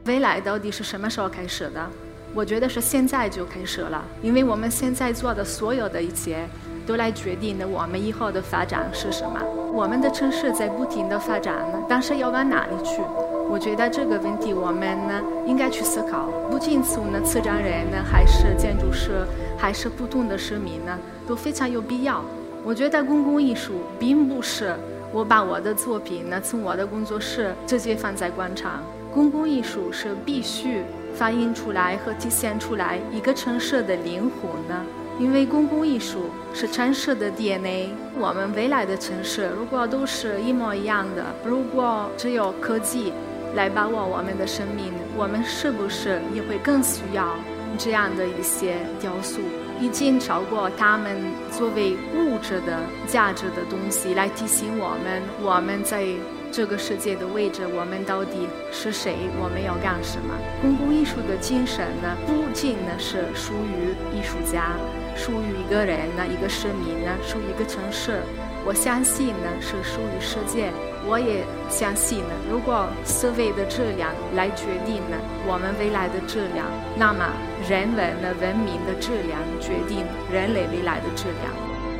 未来到底是什么时候开始的？我觉得是现在就开始了，因为我们现在做的所有的一切都来决定了我们以后的发展是什么。我们的城市在不停的发展呢，但是要往哪里去？我觉得这个问题我们呢应该去思考，不仅从呢策展人呢，还是建筑师，还是普通的市民呢，都非常有必要。我觉得公共艺术并不是我把我的作品呢从我的工作室直接放在广场，公共艺术是必须反映出来和体现出来一个城市的灵魂呢。因为公共艺术是城市的 DNA， 我们未来的城市如果都是一模一样的，如果只有科技来把握我们的生命，我们是不是也会更需要这样的一些雕塑，已经超过他们作为物质的价值的东西，来提醒我们在这个世界的位置，我们到底是谁，我们要干什么。公共艺术的精神呢，不仅呢是属于艺术家，属于一个人呢，一个市民呢，属于一个城市，我相信呢是属于世界。我也相信呢，如果思维的质量来决定呢我们未来的质量，那么人文的文明的质量决定人类未来的质量。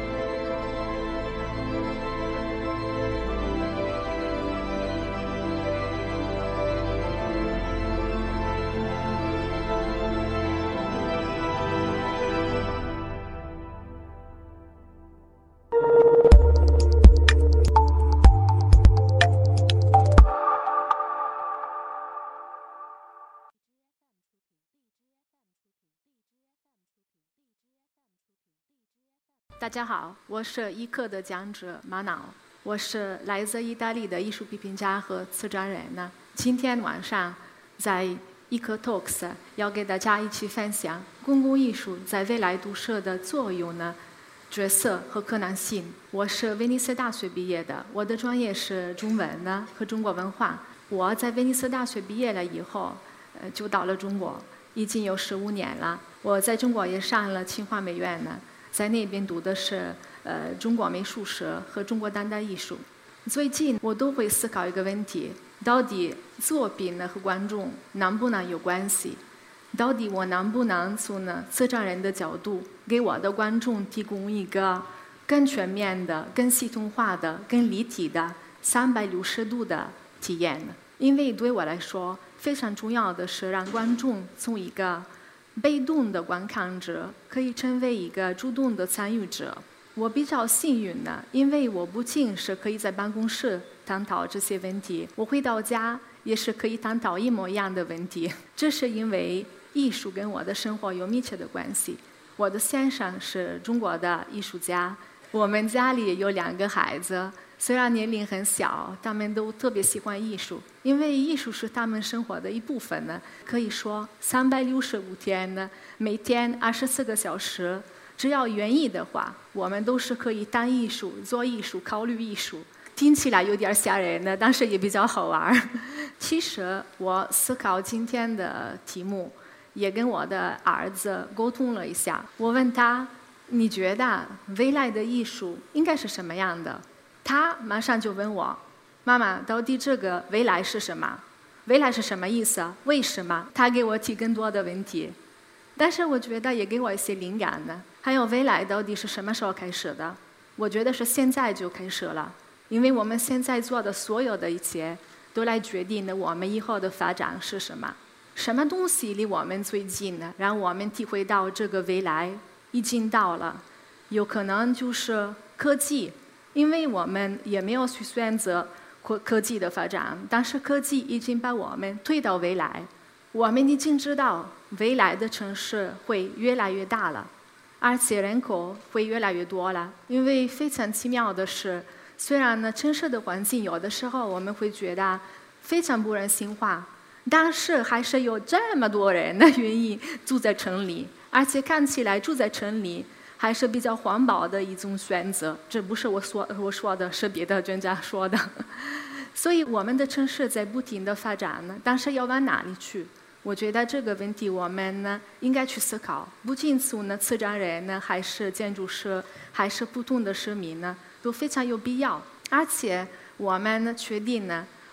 大家好，我是一课的讲者马瑙，我是来自意大利的艺术批评家和策展人呢。今天晚上在一课 Talks 要给大家一起分享公共艺术在未来都市的作用呢、角色和可能性。我是威尼斯大学毕业的，我的专业是中文呢和中国文化。我在威尼斯大学毕业了以后，就到了中国，已经有15年了。我在中国也上了清华美院呢。在那边读的是中国美术史和中国当代艺术。最近我都会思考一个问题，到底作品呢和观众能不能有关系？到底我能不能从呢策展人的角度给我的观众提供一个更全面的、更系统化的、更立体的360度的体验呢？因为对我来说非常重要的是让观众从一个被动的观看者可以成为一个主动的参与者。我比较幸运呢，因为我不仅是可以在办公室探讨这些问题，我回到家也是可以探讨一模一样的问题。这是因为艺术跟我的生活有密切的关系。我的先生是中国的艺术家，我们家里有2个孩子，虽然年龄很小，他们都特别喜欢艺术，因为艺术是他们生活的一部分呢。可以说365天呢，每天24个小时，只要愿意的话，我们都是可以当艺术、做艺术、考虑艺术。听起来有点吓人的，但是也比较好玩。其实我思考今天的题目，也跟我的儿子沟通了一下。我问他，你觉得未来的艺术应该是什么样的？他马上就问我，妈妈，到底这个未来是什么？未来是什么意思？为什么？他给我提更多的问题，但是我觉得也给我一些灵感呢。还有未来到底是什么时候开始的？我觉得是现在就开始了，因为我们现在做的所有的一切都来决定了我们以后的发展是什么。什么东西离我们最近呢？让我们体会到这个未来已经到了，有可能就是科技。因为我们也没有去选择科技的发展，但是科技已经把我们推到未来。我们已经知道未来的城市会越来越大了，而且人口会越来越多了。因为非常奇妙的是，虽然呢城市的环境有的时候我们会觉得非常不人性化，但是还是有这么多人呢愿意住在城里，而且看起来住在城里还是比较环保的一种选择。这不是我说的，是别的专家说的。所以我们的城市在不停的发展呢，但是要往哪里去？我觉得这个问题我们呢应该去思考，不仅从呢策展人呢，还是建筑师，还是普通的市民呢，都非常有必要。而且我们呢确定呢，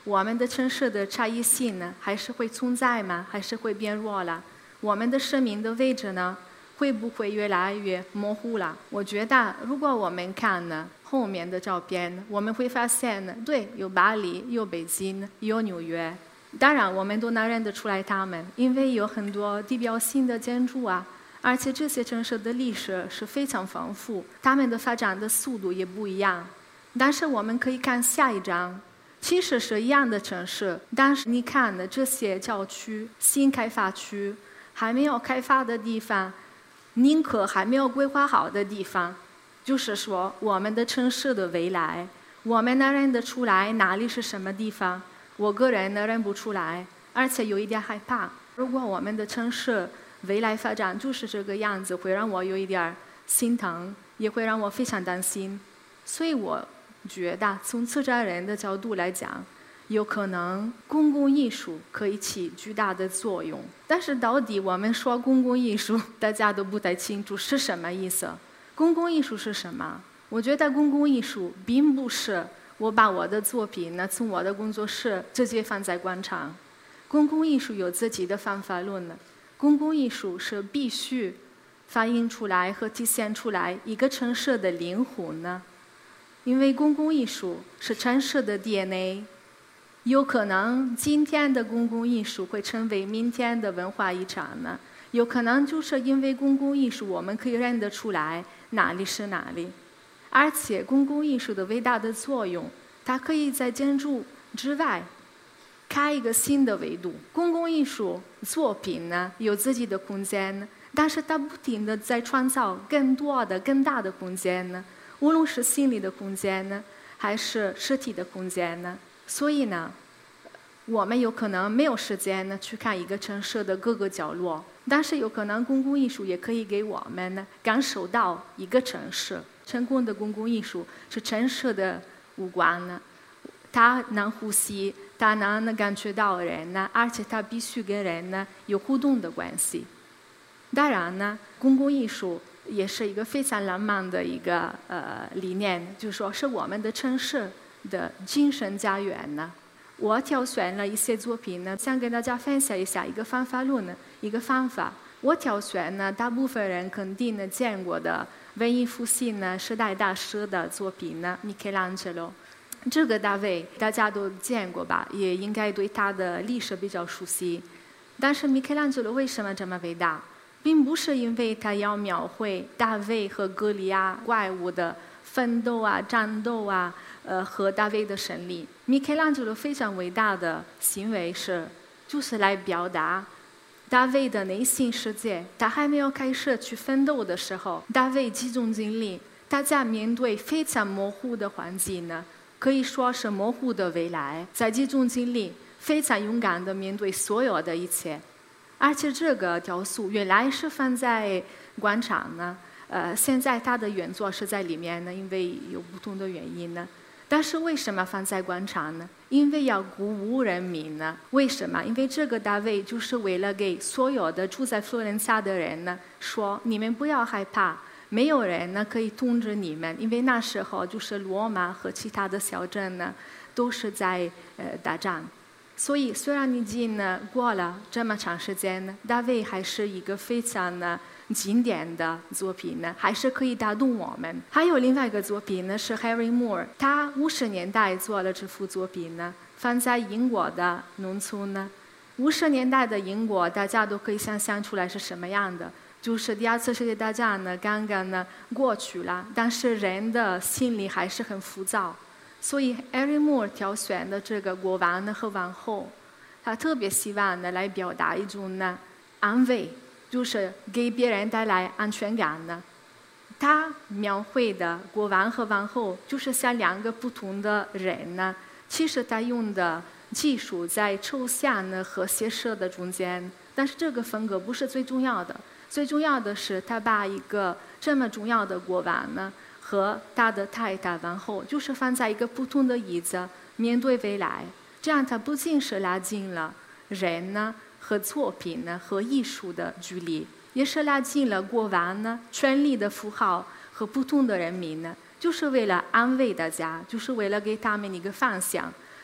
我们的城市的差异性呢，还是会存在吗？还是会变弱了？我们的生命的位置呢，会不会越来越模糊了？我觉得，如果我们看呢后面的照片，我们会发现呢，对，有巴黎，有北京，有纽约。当然，我们都能认得出来他们，因为有很多地标性的建筑啊，而且这些城市的历史是非常丰富，他们的发展的速度也不一样。但是我们可以看下一张，其实是一样的城市，但是你看的这些郊区、新开发区、还没有开发的地方，宁可还没有规划好的地方，就是说我们的城市的未来，我们能认得出来哪里是什么地方？我个人呢认不出来，而且有一点害怕。如果我们的城市未来发展就是这个样子，会让我有一点心疼，也会让我非常担心。所以我觉得从策展人的角度来讲，有可能公共艺术可以起巨大的作用。但是到底我们说公共艺术，大家都不太清楚是什么意思。公共艺术是什么？我觉得公共艺术并不是我把我的作品呢从我的工作室直接放在广场。公共艺术有自己的方法论呢。公共艺术是必须反映出来和体现出来一个城市的灵魂呢。因为公共艺术是城市的 DNA， 有可能今天的公共艺术会成为明天的文化遗产呢。有可能就是因为公共艺术，我们可以认得出来哪里是哪里。而且公共艺术的伟大的作用，它可以在建筑之外开一个新的维度。公共艺术作品呢有自己的空间，但是它不停地在创造更多的更大的空间呢，无论是心理的空间呢还是实体的空间呢。所以呢，我们有可能没有时间呢去看一个城市的各个角落，但是有可能公共艺术也可以给我们呢感受到一个城市。成功的公共艺术是城市的五官呢，它能呼吸，它能感觉到人呢，而且它必须跟人呢有互动的关系。当然呢，公共艺术也是一个非常浪漫的一个理念，就是说是我们的城市的精神家园呢。我挑选了一些作品呢，想跟大家分享一下一个方法论呢，一个方法。我挑选呢，大部分人肯定呢见过的文艺复兴呢时代大师的作品呢，米开朗基罗。这个大卫大家都见过吧，也应该对他的历史比较熟悉。但是米开朗基罗为什么这么伟大？并不是因为他要描绘大卫和歌利亚怪物的奋斗啊、战斗啊，和大卫的胜利。米开朗基罗非常伟大的行为就是来表达大卫的内心世界。他还没有开始去奋斗的时候，大卫集中精力，大家面对非常模糊的环境呢，可以说是模糊的未来，在集中精力，非常勇敢地面对所有的一切。而且这个雕塑原来是放在广场呢，现在它的原作是在里面呢，因为有不同的原因呢。但是为什么放在广场呢？因为要鼓舞人民呢。为什么？因为这个大卫就是为了给所有的住在佛罗伦萨的人呢说，你们不要害怕，没有人呢可以统治你们，因为那时候就是罗马和其他的小镇呢都是在打仗。所以虽然已经过了这么长时间呢，大卫还是一个非常经典的作品呢，还是可以打动我们。还有另外一个作品呢，是 Harry Moore， 他50年代做了这幅作品呢，放在英国的农村呢。50年代的英国，大家都可以想象出来是什么样的，就是第二次世界大战呢刚刚过去了，但是人的心理还是很浮躁。所以 Harry Moore 挑选的这个国王呢和王后，他特别希望呢来表达一种安慰，就是给别人带来安全感呢。他描绘的国王和王后就是像两个不同的人呢，其实他用的技术在抽象呢和写实的中间，但是这个风格不是最重要的，最重要的是他把一个这么重要的国王呢和他的太太王后，就是放在一个不同的椅子，面对未来。这样他不仅是拉近了人呢和作品呢和艺术的距离，也是拉近了国王呢权力的符号和不同的人民呢，就是为了安慰大家，就是为了给他们一个方向，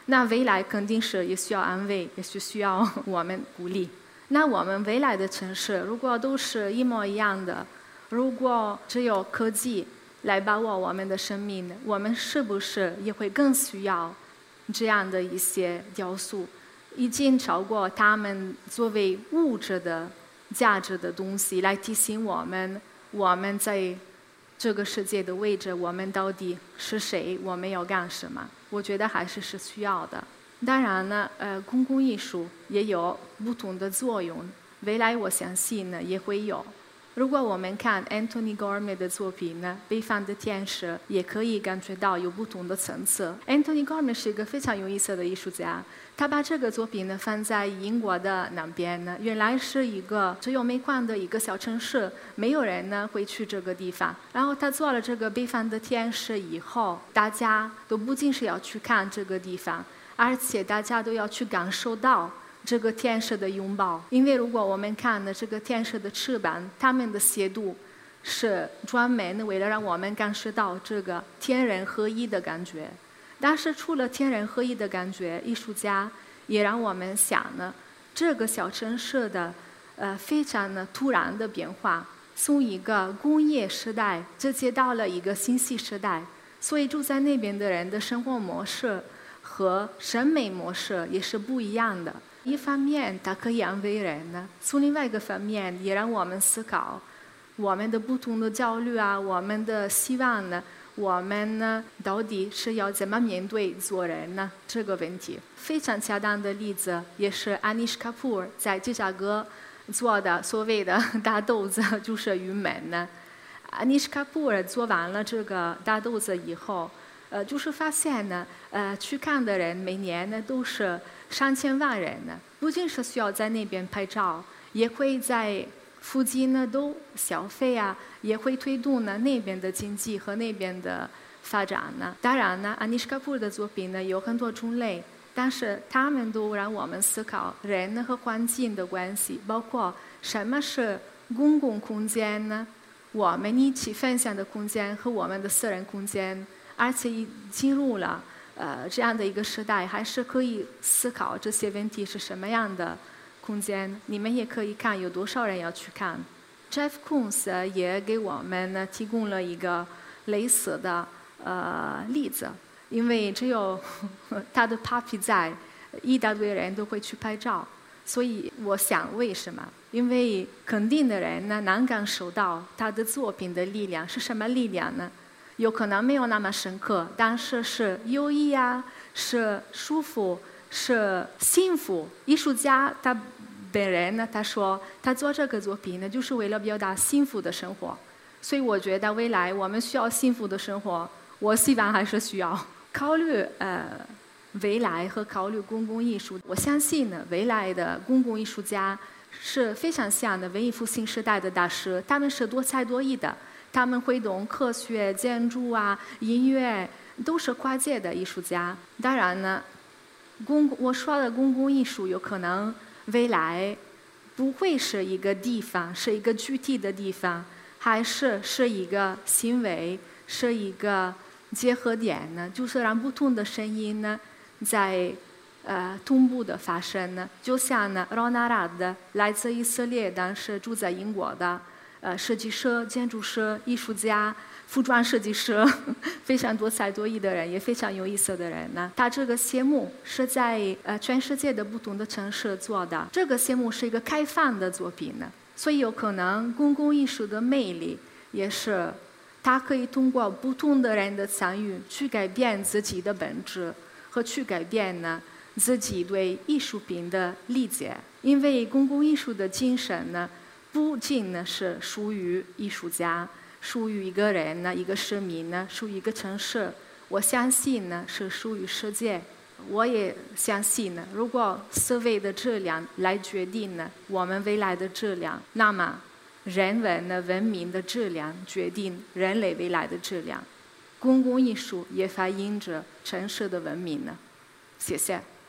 那未来肯定是也需要安慰，也是需要我们鼓励。那我们未来的城市如果都是一模一样的，如果只有科技来把握我们的生命，我们是不是也会更需要这样的一些要素，已经超过他们作为物质的价值的东西，来提醒我们在这个世界的位置，我们到底是谁，我们要干什么？我觉得还是需要的。当然呢，公共艺术也有不同的作用，未来我相信呢也会有。如果我们看 Anthony Gormley 的作品呢，《北方的天使》，也可以感觉到有不同的层次。Anthony Gormley 是一个非常有意思的艺术家，他把这个作品呢放在英国的南边呢，原来是一个只有煤矿的一个小城市，没有人呢会去这个地方。然后他做了这个《北方的天使》以后，大家都不仅是要去看这个地方，而且大家都要去感受到这个天使的拥抱。因为如果我们看的这个天使的翅膀，它们的斜度是专门为了让我们感受到这个天人合一的感觉。但是除了天人合一的感觉，艺术家也让我们想呢，这个小城市的非常的突然的变化，从一个工业时代直接到了一个信息时代，所以住在那边的人的生活模式和审美模式也是不一样的。一方面它可以安慰人呢，从另外一个方面也让我们思考我们的不同的焦虑啊，我们的希望呢，我们呢到底是要怎么面对做人呢这个问题。非常恰当的例子也是 Anish Kapoor 在芝加哥做的所谓的大豆子就是云门呢。Anish Kapoor 做完了这个大豆子以后，就是发现呢，去看的人每年呢都是3000万人呢，不仅是需要在那边拍照，也会在附近呢都消费啊，也会推动呢那边的经济和那边的发展呢。当然呢，Anish Kapoor 的作品呢有很多种类，但是他们都让我们思考人和环境的关系，包括什么是公共空间呢？我们一起分享的空间和我们的私人空间，而且进入了这样的一个时代，还是可以思考这些问题是什么样的空间。你们也可以看有多少人要去看。Jeff Koons 也给我们呢提供了一个类似的例子，因为只有他的 Papi 在，一大堆人都会去拍照。所以我想为什么？因为肯定的人呢能感受到他的作品的力量是什么力量呢？有可能没有那么深刻，但是是优异啊，是舒服，是幸福。艺术家他本人呢，他说他做这个作品呢，就是为了表达幸福的生活。所以我觉得未来我们需要幸福的生活，我希望还是需要考虑未来和考虑公共艺术。我相信呢，未来的公共艺术家是非常像的文艺复兴时代的大师，他们是多才多艺的。他们会懂科学、建筑啊、音乐，都是跨界的艺术家。当然呢，我说的公共艺术有可能未来不会是一个地方，是一个具体的地方，还是一个行为，是一个结合点呢？就是让不同的声音呢，在同步的发生呢。就像呢 Ron Arad 来自以色列，但是住在英国的。设计师、建筑师、艺术家、服装设计师，非常多才多艺的人，也非常有意思的人呢。他这个项目是在全世界的不同的城市做的。这个项目是一个开放的作品呢，所以有可能公共艺术的魅力也是，它可以通过不同的人的参与，去改变自己的本质和去改变呢自己对艺术品的理解。因为公共艺术的精神呢。不仅呢是属于艺术家，属于一个人呢，一个市民呢，属于一个城市。我相信呢是属于世界。我也相信呢，如果思维的质量来决定呢我们未来的质量，那么人文的文明的质量决定人类未来的质量。公共艺术也反映着城市的文明呢。谢谢。